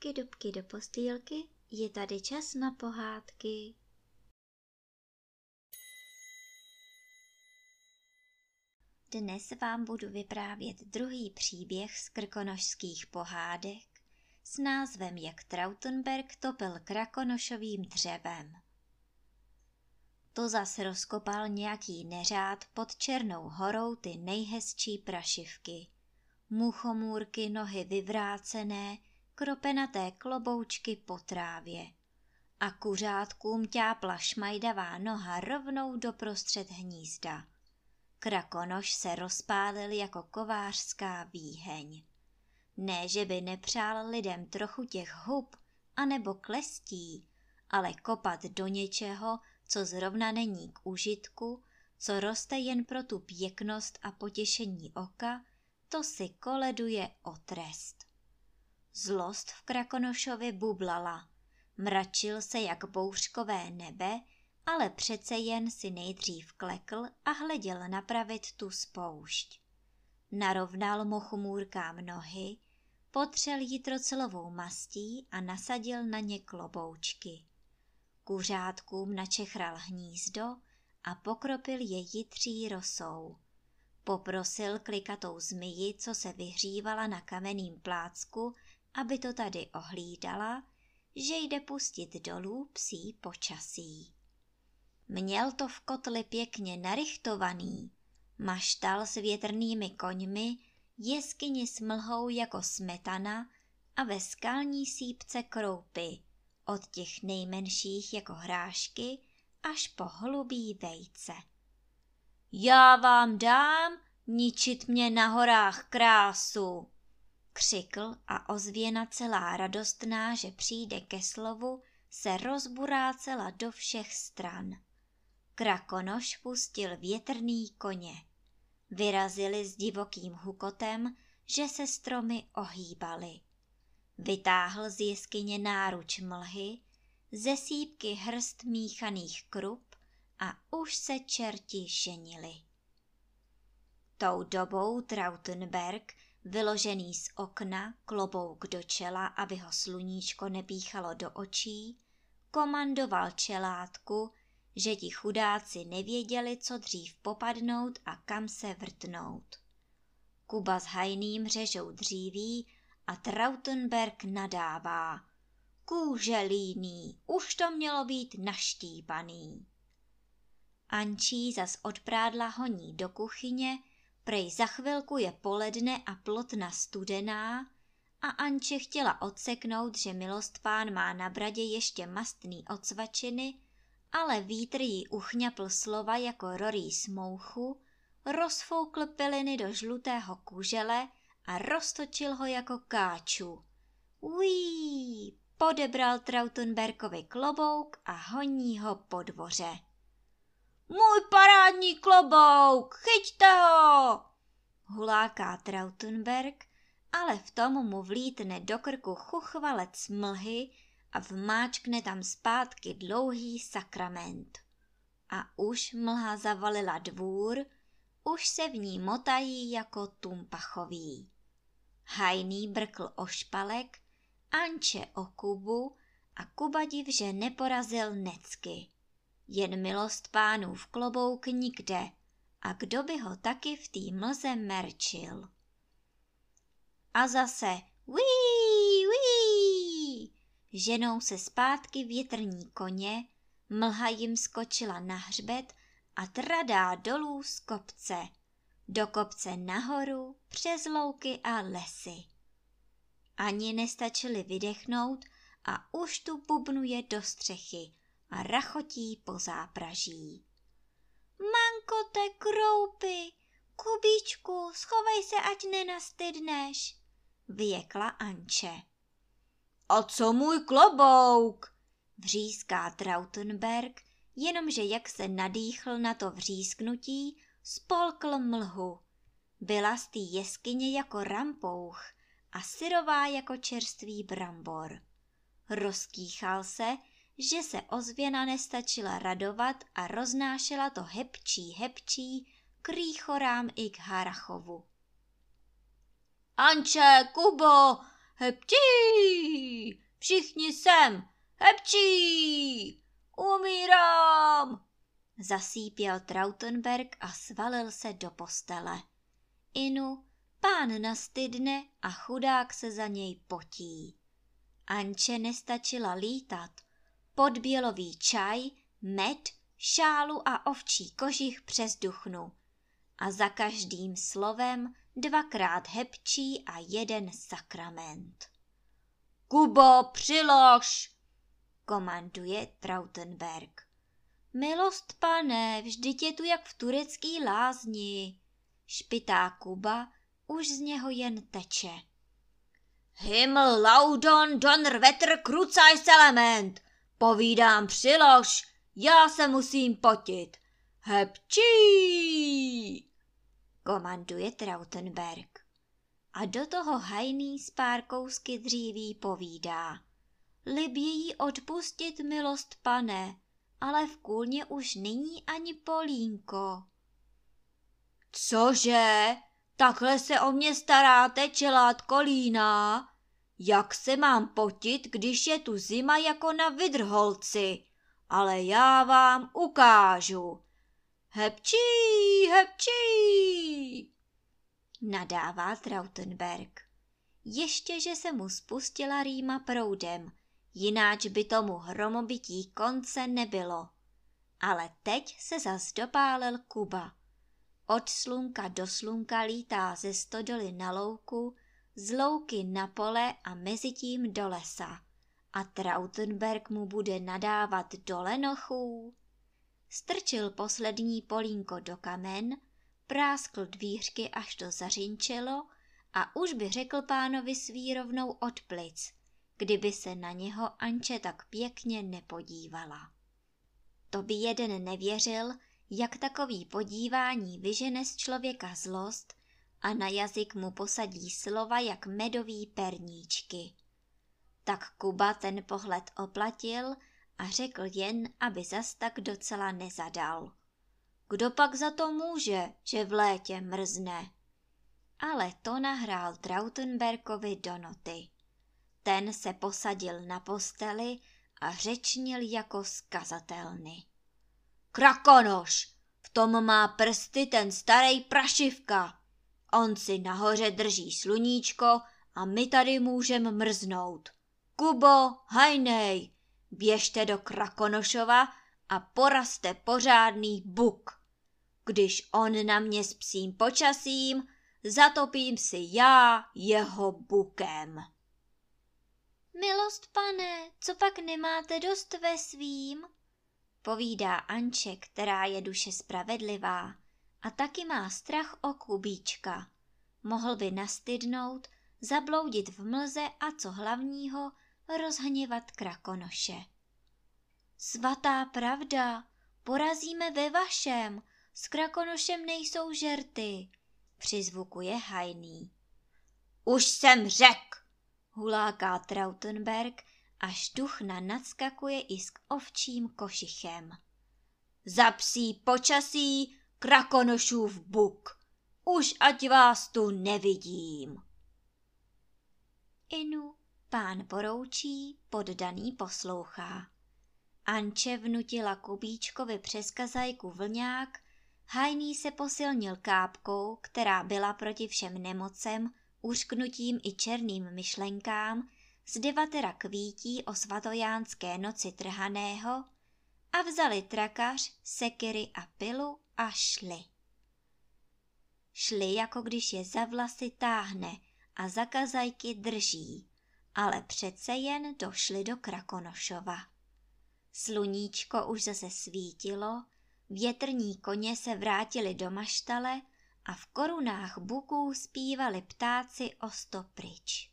dubky do postýlky, je tady čas na pohádky. Dnes vám budu vyprávět druhý příběh z krkonošských pohádek s názvem Jak Trautenberg topil krakonošovým dřevem. To zas rozkopal nějaký neřád pod Černou horou ty nejhezčí prašivky. Muchomůrky, nohy vyvrácené, kropenaté kloboučky po trávě. A kuřátkům ťápla šmajdavá noha rovnou doprostřed hnízda. Krakonoš se rozpálil jako kovářská výheň. Ne, že by nepřál lidem trochu těch hub anebo klestí, ale kopat do něčeho, co zrovna není k užitku, co roste jen pro tu pěknost a potěšení oka, to si koleduje o trest. Zlost v Krakonošovi bublala, mračil se jak bouřkové nebe, ale přece jen si nejdřív klekl a hleděl napravit tu spoušť. Narovnal muchomůrkám nohy, potřel jitrocelovou mastí a nasadil na ně kloboučky. Kuřátkům načechral hnízdo a pokropil je jitří rosou. Poprosil klikatou zmiji, co se vyhřívala na kamenným plácku, aby to tady ohlídala, že jde pustit dolů psí počasí. Měl to v kotli pěkně narychtovaný, maštal s větrnými koňmi, jeskyni s mlhou jako smetana a ve skalní sípce kroupy, od těch nejmenších jako hrášky až po holubí vejce. Já vám dám ničit mě na horách krásu, křikl a ozvěna celá radostná, že přijde ke slovu, se rozburácela do všech stran. Krakonoš pustil větrný koně. Vyrazili s divokým hukotem, že se stromy ohýbaly. Vytáhl z jeskyně náruč mlhy, ze sýpky hrst míchaných krup a už se čerti ženili. Tou dobou Trautenberg, vyložený z okna, klobouk do čela, aby ho sluníčko nepíchalo do očí, komandoval čelátku, že ti chudáci nevěděli, co dřív popadnout a kam se vrtnout. Kuba s Hajným řežou dříví a Trautenberg nadává. Kůže líný, už to mělo být naštípaný. Ančí zas od prádla honí do kuchyně, prej za chvilku je poledne a plotna studená a Anče chtěla odseknout, že milostpán má na bradě ještě mastný ocvačiny, ale vítr jí uchňapl slova jako rorý smouchu, rozfoukl piliny do žlutého kužele a roztočil ho jako káču. Uí, podebral Trautenbergovi klobouk a honí ho po dvoře. Můj parádní klobouk, chyťte ho! Huláká Trautenberg, ale v tom mu vlítne do krku chuchvalec mlhy a vmáčkne tam zpátky dlouhý sakrament. A už mlha zavalila dvůr, už se v ní motají jako tumpachoví. Hajný brkl o špalek, Anče o Kubu a Kuba div, že neporazil necky. Jen milostpánův klobouk nikde a kdo by ho taky v té mlze merčil. A zase uí, ženou se zpátky větrní koně, mlha jim skočila na hřbet a tradá dolů z kopce, do kopce nahoru, přes louky a lesy. Ani nestačili vydechnout a už tu bubnuje do střechy a rachotí po zápraží. Mankote kroupy, Kubíčku, schovej se, ať nenastydneš, vyjekla Anče. A co můj klobouk? Vříská Trautenberg, jenomže jak se nadýchl na to vřísknutí, spolkl mlhu. Byla z té jeskyně jako rampouch a syrová jako čerstvý brambor. Rozkýchal se, že se ozvěna nestačila radovat a roznášela to hepčí, k rýchorám i k Harachovu. Anče, Kubo, Hepčí! Všichni sem! Hepčí! Umírám! Zasípěl Trautenberg a svalil se do postele. Inu, pán nastydne a chudák se za něj potí. Anče nestačila lítat. Podbělový čaj, med, šálu a ovčí kožich přes duchnu. A za každým slovem 2krát hepčí a 1 sakrament. Kubo, přilož! Komanduje Trautenberg. Milost pane, vždyť je tu jak v turecký lázni. Špitá Kuba, už z něho jen teče. Himmel laudon donnerwetter krucajs element. Povídám přilož, já se musím potit. Hepčí! Komanduje Trautenberg. A do toho hajný z pár kousky dříví povídá. Libě jí odpustit, milost pane, ale v kůlně už není ani polínko. Cože? Takhle se o mě staráte, čelátko líná? Jak se mám potit, když je tu zima jako na Vidrholci? Ale já vám ukážu. Hepčí, hepčí! Nadává Trautenberg. Ještě, že se mu spustila rýma proudem, jináč by tomu hromobití konce nebylo. Ale teď se zas dopálil Kuba. Od slunka do slunka lítá ze stodoly na louku, z louky na pole a mezitím do lesa. A Trautenberg mu bude nadávat do lenochů. Strčil poslední polínko do kamen, práskl dvířky, až to zařinčelo a už by řekl pánovi svý rovnou od plic, kdyby se na něho Anče tak pěkně nepodívala. To by jeden nevěřil, jak takový podívání vyžene z člověka zlost a na jazyk mu posadí slova jak medový perníčky. Tak Kuba ten pohled oplatil a řekl jen, aby zas tak docela nezadal. Kdo pak za to může, že v létě mrzne? Ale to nahrál Trautenbergovi do noty. Ten se posadil na posteli a řečnil jako skazatelny. Krakonoš, v tom má prsty ten starej prašivka. On si nahoře drží sluníčko a my tady můžem mrznout. Kubo, hajnej, běžte do Krakonošova a porazte pořádný buk. Když on na mě s psím počasím, zatopím si já jeho bukem. Milost pane, co pak nemáte dost ve svým? Povídá Anče, která je duše spravedlivá a taky má strach o Kubíčka. Mohl by nastydnout, zabloudit v mlze a co hlavního, rozhněvat Krakonoše. Svatá pravda, porazíme ve vašem, s Krakonošem nejsou žerty, přizvukuje hajný. Už jsem řek, huláká Trautenberg, až duchna nadskakuje i s ovčím košichem. Za psí počasí Krakonošův buk, už ať vás tu nevidím. Inu, pán poroučí, poddaný poslouchá. Anče vnutila Kubíčkovi přes kazajku vlňák, hajný se posilnil kápkou, která byla proti všem nemocem, uřknutím i černým myšlenkám, z 9 kvítí o svatojánské noci trhaného a vzali trakař, sekery a pilu a šli. Šli, jako když je za vlasy táhne a za kazajky drží, ale přece jen došli do Krakonošova. Sluníčko už zase svítilo, větrní koně se vrátili do maštale a v korunách buků zpívali ptáci o 100 pryč.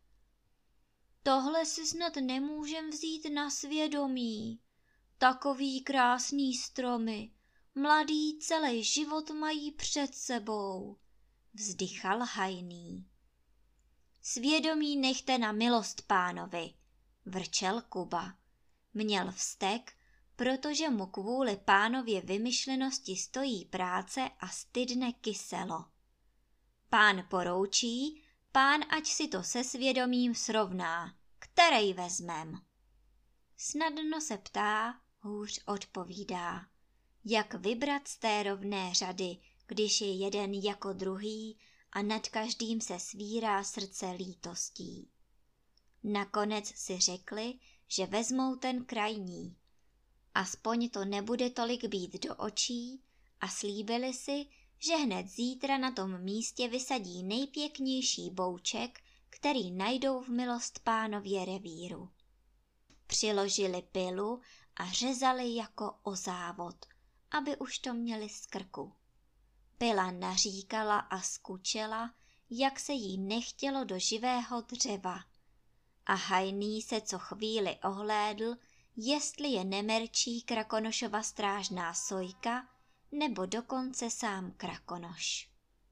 Tohle si snad nemůžem vzít na svědomí. Takový krásný stromy, mladý celý život mají před sebou, vzdychal hajný. Svědomí nechte na milost pánovi, vrčel Kuba. Měl vztek, protože mu kvůli pánově vymyšlenosti stojí práce a stydne kyselo. Pán poroučí Pán ať si to se svědomím srovná, který vezmem. Snadno se ptá, hůř odpovídá. Jak vybrat z té rovné řady, když je jeden jako druhý a nad každým se svírá srdce lítostí. Nakonec si řekli, že vezmou ten krajní. Aspoň to nebude tolik být do očí a slíbili si, že hned zítra na tom místě vysadí nejpěknější bouček, který najdou v milost Pánově revíru. Přiložili pilu a řezali jako o závod, aby už to měli z krku. Pila naříkala a skučela, jak se jí nechtělo do živého dřeva. A Hajný se co chvíli ohlédl, jestli je nemerčí Krakonošova strážná sojka, nebo dokonce sám Krakonoš.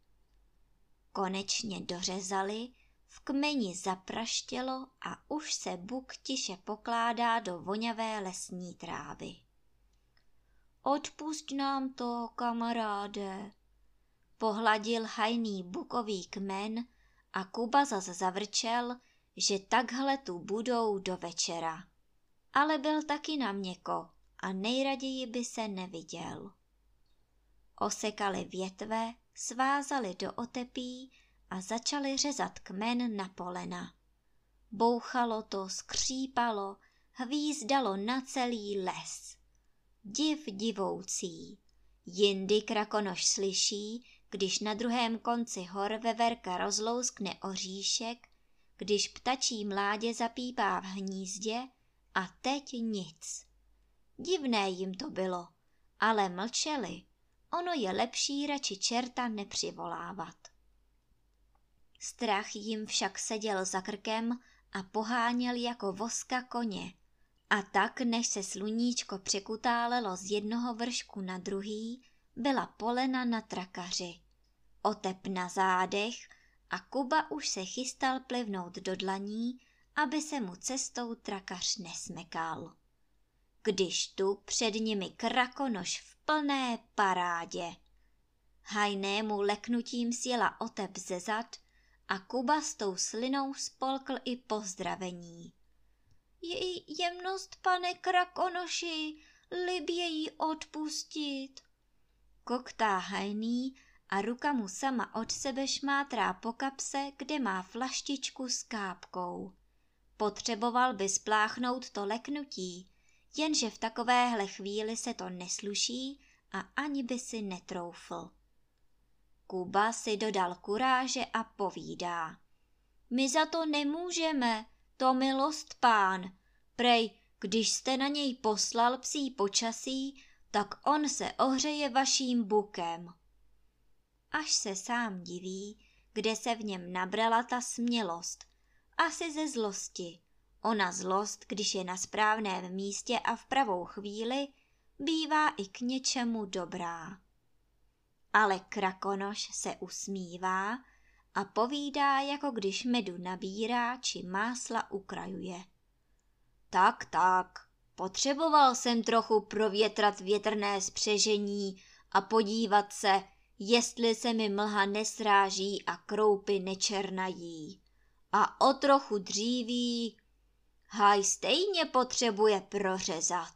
Konečně dořezali, v kmeni zapraštělo a už se buk tiše pokládá do voňavé lesní trávy. Odpusť nám to, kamaráde, pohladil Hajný bukový kmen a Kuba zas zavrčel, že takhle tu budou do večera. Ale byl taky na měko a nejraději by se neviděl. Osekali větve, svázali do otepí a začali řezat kmen na polena. Bouchalo to, skřípalo, hvízdalo na celý les. Div divoucí. Jindy Krakonoš slyší, když na druhém konci hor veverka rozlouskne oříšek, když ptačí mládě zapípá v hnízdě a teď nic. Divné jim to bylo, ale mlčeli. Ono je lepší radši čerta nepřivolávat. Strach jim však seděl za krkem a poháněl jako voska koně. A tak, než se sluníčko překutálelo z jednoho vršku na druhý, byla polena na trakaři. Otep na zádech a Kuba už se chystal plivnout do dlaní, aby se mu cestou trakař nesmekal. Když tu před nimi Krakonoš v plné parádě. Hajnému leknutím sjela otep ze zad a Kuba s tou slinou spolkl i pozdravení. Její jemnost, pane Krakonoši, libě jí odpustit. Koktá Hajný a ruka mu sama od sebe šmátrá po kapse, kde má flaštičku s kápkou. Potřeboval by spláchnout to leknutí, jenže v takovéhle chvíli se to nesluší a ani by si netroufl. Kuba si dodal kuráže a povídá. My za to nemůžeme, to milost Pán. Prej, když jste na něj poslal psí počasí, tak on se ohřeje vaším bukem. Až se sám diví, kde se v něm nabrala ta smělost. Asi ze zlosti. Ona zlost, když je na správném místě a v pravou chvíli, bývá i k něčemu dobrá. Ale Krakonoš se usmívá a povídá, jako když medu nabírá či másla ukrajuje. Tak, potřeboval jsem trochu provětrat větrné spřežení a podívat se, jestli se mi mlha nesráží a kroupy nečernají. A o trochu dříví Haj stejně potřebuje prořezat.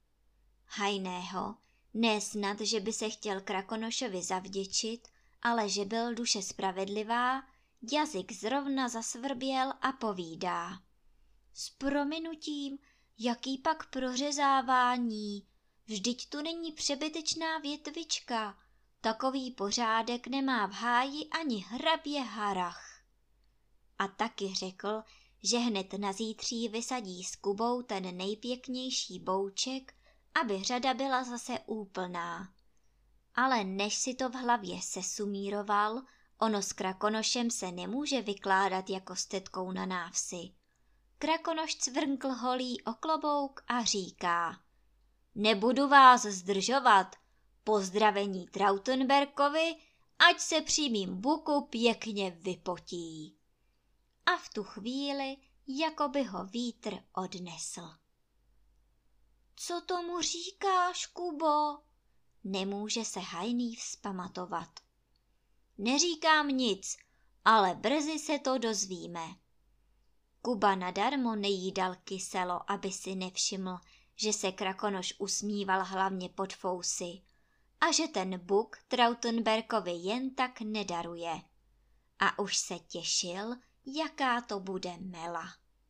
Hajného, ne snad, že by se chtěl Krakonošovi zavděčit, ale že byl duše spravedlivá, jazyk zrovna zasvrběl a povídá. S prominutím, jaký pak prořezávání, vždyť tu není přebytečná větvička, takový pořádek nemá v háji ani hrabě Harach. A taky řekl, že hned na zítří vysadí s Kubou ten nejpěknější bouček, aby řada byla zase úplná. Ale než si to v hlavě sesumíroval, ono s Krakonošem se nemůže vykládat jako s tetkou na návsi. Krakonoš cvrnkl holí o klobouk a říká. Nebudu vás zdržovat, pozdravení Trautenberkovi, ať se při mým buku pěkně vypotí. A v tu chvíli, jako by ho vítr odnesl. Co tomu říkáš, Kubo? Nemůže se Hajný vzpamatovat. Neříkám nic, ale brzy se to dozvíme. Kuba nadarmo nejídal kyselo, aby si nevšiml, že se Krakonoš usmíval hlavně pod fousy a že ten Buk Trautenberkovi jen tak nedaruje. A už se těšil, jaká to bude mela.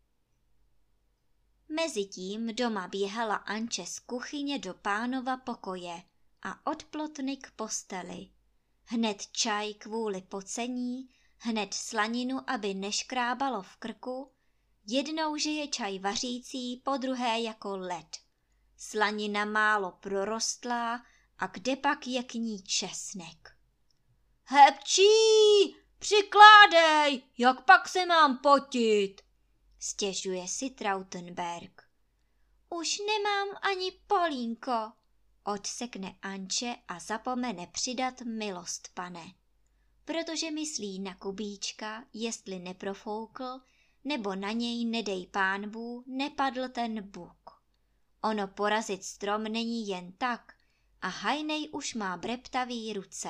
Mezitím doma běhala Anče z kuchyně do pánova pokoje a od plotny k posteli. Hned čaj kvůli pocení, hned slaninu, aby neškrábalo v krku, jednou, že je čaj vařící, podruhé jako led. Slanina málo prorostlá a kde pak je k ní česnek. Hebčí, přikládej, jak pak se mám potit, stěžuje si Trautenberg. Už nemám ani polínko, odsekne Anče a zapomene přidat milost, pane, protože myslí na Kubíčka, jestli neprofoukl, nebo na něj, nedej pánbů, nepadl ten Buk. Ono porazit strom není jen tak a Hajnej už má breptavý ruce.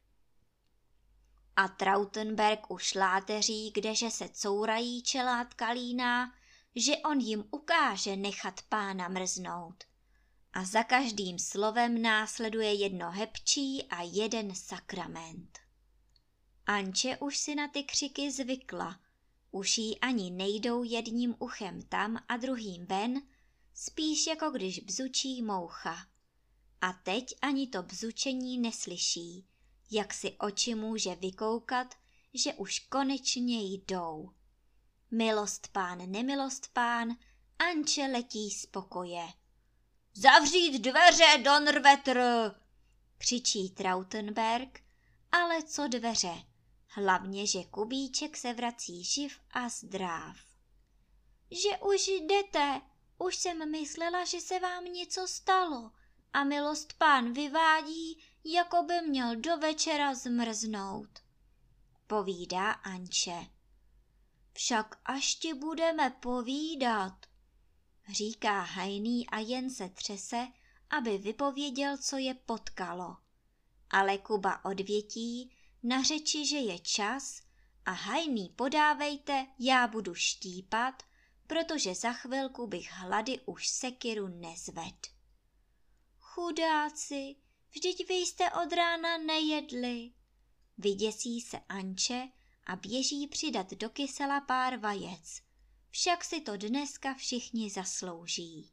A Trautenberg už láteří, kdeže se courají čelátka líná, že on jim ukáže nechat pána mrznout. A za každým slovem následuje jedno hebčí a jeden sakrament. Anče už si na ty křiky zvykla, už jí ani nejdou jedním uchem tam a druhým ven, spíš jako když bzučí moucha. A teď ani to bzučení neslyší, jak si oči může vykoukat, že už konečně jdou. Milost pán, nemilost pán, Anče letí z pokoje. Zavřít dveře, Donnerwetter, křičí Trautenberg, ale co dveře, hlavně, že Kubíček se vrací živ a zdráv. Že už jdete, už jsem myslela, že se vám něco stalo a milost pán vyvádí, jako by měl do večera zmrznout, povídá Anče. Však až ti budeme povídat, říká Hajný a jen se třese, aby vypověděl, co je potkalo. Ale Kuba odvětí, na řeči, že je čas a Hajný podávejte, já budu štípat, protože za chvilku bych hlady už sekiru nezved. Chudáci, vždyť vy jste od rána nejedli. Vyděsí se Anče a běží přidat do kysela pár vajec. Však si to dneska všichni zaslouží.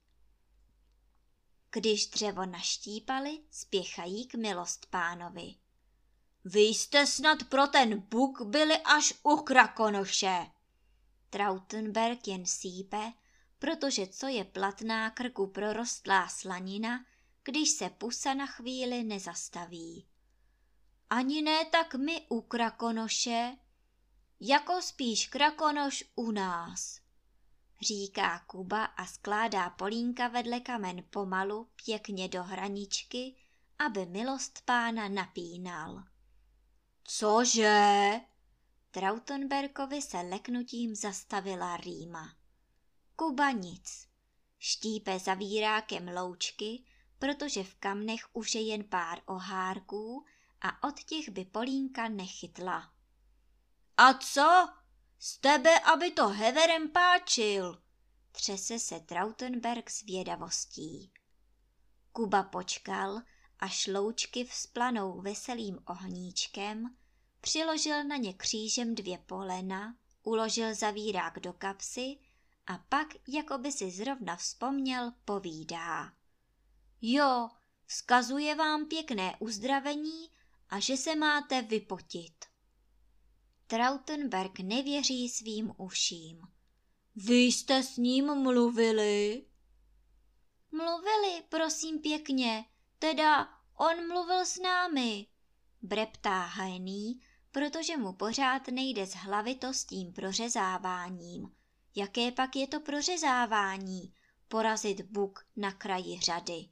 Když dřevo naštípali, spěchají k milost pánovi. Vy jste snad pro ten Buk byli až u Krakonoše. Trautenberg jen sípe, protože co je platná krku prorostlá slanina, když se pusa na chvíli nezastaví. Ani ne tak my u Krakonoše, jako spíš Krakonoš u nás, říká Kuba a skládá polínka vedle kamen pomalu, pěkně do hraničky, aby milost pána napínal. Cože? Trautenbergovi se leknutím zastavila rýma. Kuba nic. Štípe zavírákem loučky, protože v kamnech už je jen pár ohárků a od těch by polínka nechytla. A co? Z tebe, aby to heverem páčil, třese se Trautenberg s vědavostí. Kuba počkal, až loučky vzplanou veselým ohníčkem, přiložil na ně křížem 2 polena, uložil zavírák do kapsy a pak, jako by si zrovna vzpomněl, povídá. Jo, vzkazuje vám pěkné uzdravení a že se máte vypotit. Trautenberg nevěří svým uším. Vy jste s ním mluvili? Mluvili, prosím pěkně, teda on mluvil s námi, breptá Hajný, protože mu pořád nejde z hlavy to s tím prořezáváním. Jaké pak je to prořezávání? Porazit Buk na kraji řady.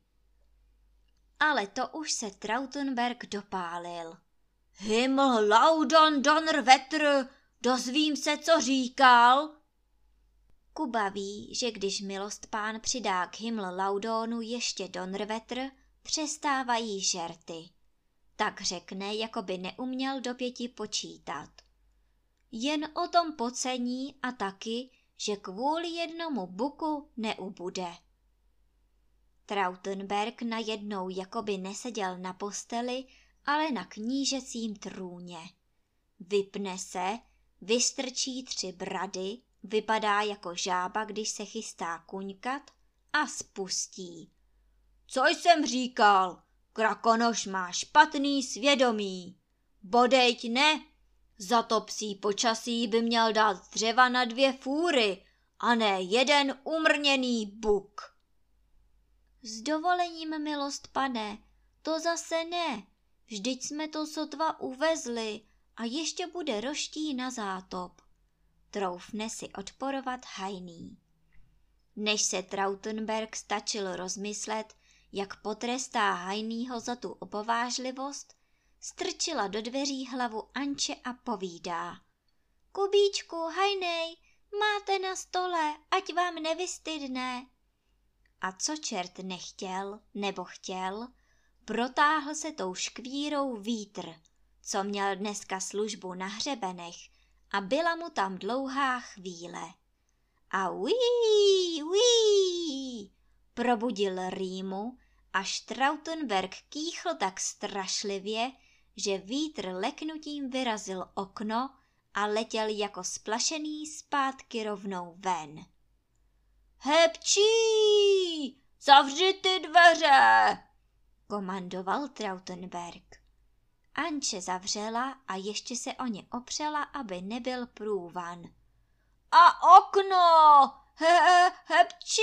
Ale to už se Trautenberg dopálil. Himmel laudon Donnerwetter, dozvím se, co říkal? Kuba ví, že když milost pán přidá k Himmel laudonu ještě Donnerwetter, přestávají žerty. Tak řekne, jako by neuměl do 5 počítat. jen o tom pocení a taky, že kvůli jednomu buku neubude. Trautenberg najednou jakoby neseděl na posteli, ale na knížecím trůně. Vypne se, vystrčí 3 brady, vypadá jako žába, když se chystá kuňkat, a spustí. Co jsem říkal? Krakonoš má špatný svědomí. Bodejť ne, za to psí počasí by měl dát dřeva na 2 fůry, a ne 1 umrněný buk. S dovolením, milost pane, to zase ne, vždyť jsme to sotva uvezli a ještě bude roští na zátop. Troufne si odporovat Hajný. Než se Trautenberg stačil rozmyslet, jak potrestá Hajnýho za tu opovážlivost, strčila do dveří hlavu Anče a povídá. Kubíčku, Hajnej, máte na stole, ať vám nevystydne. A co čert nechtěl nebo chtěl, protáhl se tou škvírou vítr, co měl dneska službu na hřebenech, a byla mu tam dlouhá chvíle. A uí, probudil rýmu, až Trautenberg kýchl tak strašlivě, že vítr leknutím vyrazil okno a letěl jako splašený zpátky rovnou ven. Hebčí, zavři ty dveře, komandoval Trautenberg. Anče zavřela a ještě se o ně opřela, aby nebyl průvan. A okno, hebčí!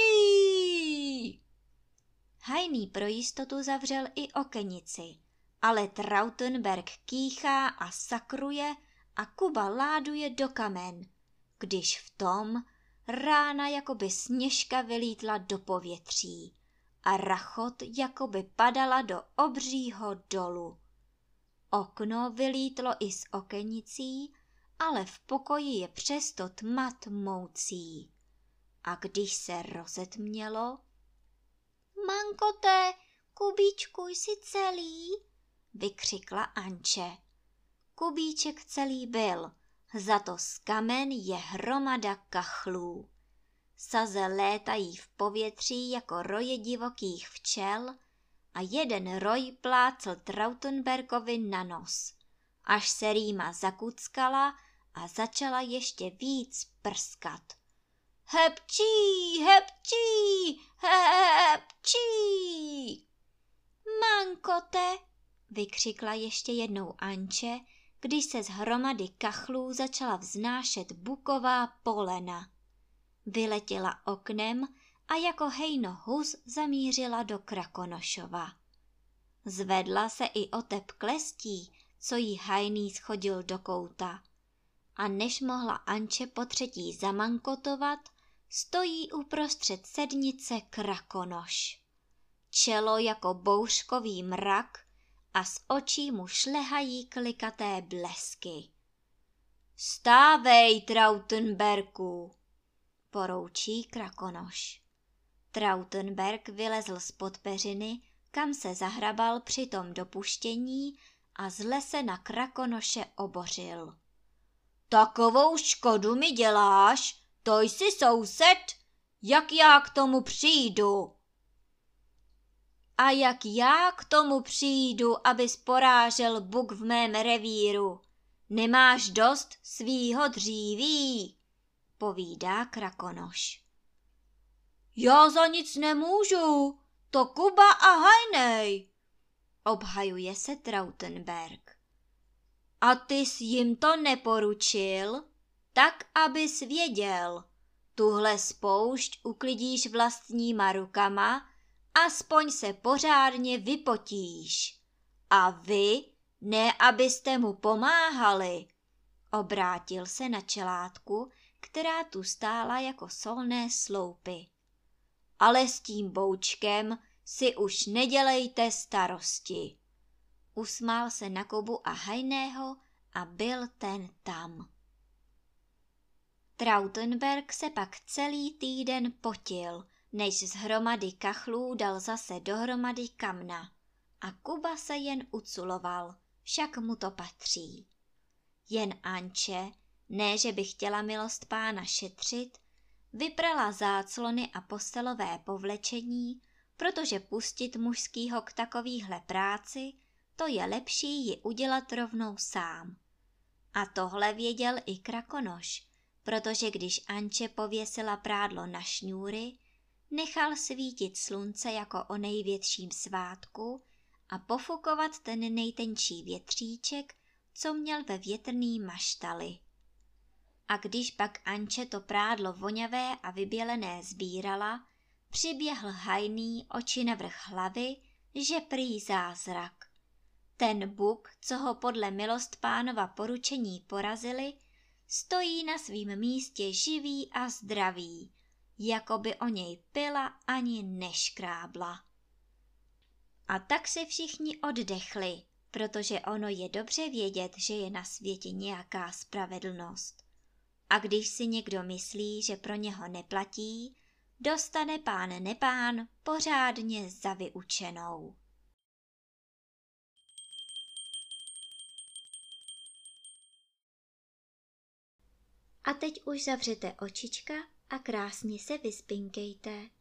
Hajný pro jistotu zavřel i okenici, ale Trautenberg kýchá a sakruje a Kuba láduje do kamen, když v tom rána jakoby sněžka vylítla do povětří a rachot jakoby padala do obřího dolu. Okno vylítlo i s okenicí, ale v pokoji je přesto tma tmoucí. A když se rozetmělo, Mankote, Kubíčku, jsi celý? Vykřikla Anče. Kubíček celý byl, za to z kamen je hromada kachlů. Saze létají v povětří jako roje divokých včel a jeden roj plácl Trautenbergovi na nos, až se rýma zakuckala a začala ještě víc prskat. Hebčí, hebčí, hebčí! Mankote, vykřikla ještě jednou Anče, když se z hromady kachlů začala vznášet buková polena. Vyletěla oknem a jako hejno hus zamířila do Krakonošova. Zvedla se i otep klestí, co jí Hajný schodil do kouta. A než mohla Anče potřetí zamankotovat, stojí uprostřed sednice Krakonoš. Čelo jako bouřkový mrak a z očí mu šlehají klikaté blesky. Stávej, Trautenberku, poroučí Krakonoš. Trautenberg vylezl spod peřiny, kam se zahrabal při tom dopuštění a zle se na Krakonoše obořil. Takovou škodu mi děláš, to jsi soused, jak já k tomu přijdu. A jak já k tomu přijdu, abys porážel buk v mém revíru? Nemáš dost svýho dříví, povídá Krakonoš. Já za nic nemůžu, to Kuba a Hajnej, obhajuje se Trautenberg. A ty jsi jim to neporučil, tak abys věděl, tuhle spoušť uklidíš vlastníma rukama, aspoň se pořádně vypotíš. A vy, ne abyste mu pomáhali, obrátil se na čelátku, která tu stála jako solné sloupy. Ale s tím boučkem si už nedělejte starosti. Usmál se na Kubu a Hajného a byl ten tam. Trautenberg se pak celý týden potil, než z hromady kachlů dal zase dohromady kamna. A Kuba se jen uculoval, však mu to patří. Jen Anče, Ne, že by chtěla milost pána šetřit, vyprala záclony a postelové povlečení, protože pustit mužskýho k takovýhle práci, to je lepší ji udělat rovnou sám. A tohle věděl i Krakonoš, protože když Anče pověsila prádlo na šňůry, nechal svítit slunce jako o největším svátku a pofukovat ten nejtenčí větříček, co měl ve větrný maštali. A když pak Anče to prádlo voňavé a vybělené sbírala, přiběhl hajný oči navrch hlavy, že prý zázrak. Ten Buk, co ho podle milostpánova poručení porazili, stojí na svým místě živý a zdravý, jako by o něj pila ani neškrábla. A tak si všichni oddechli, protože ono je dobře vědět, že je na světě nějaká spravedlnost. A když si někdo myslí, že pro něho neplatí, dostane pán nepán pořádně za vyučenou. A teď už zavřete očička a krásně se vyspinkejte.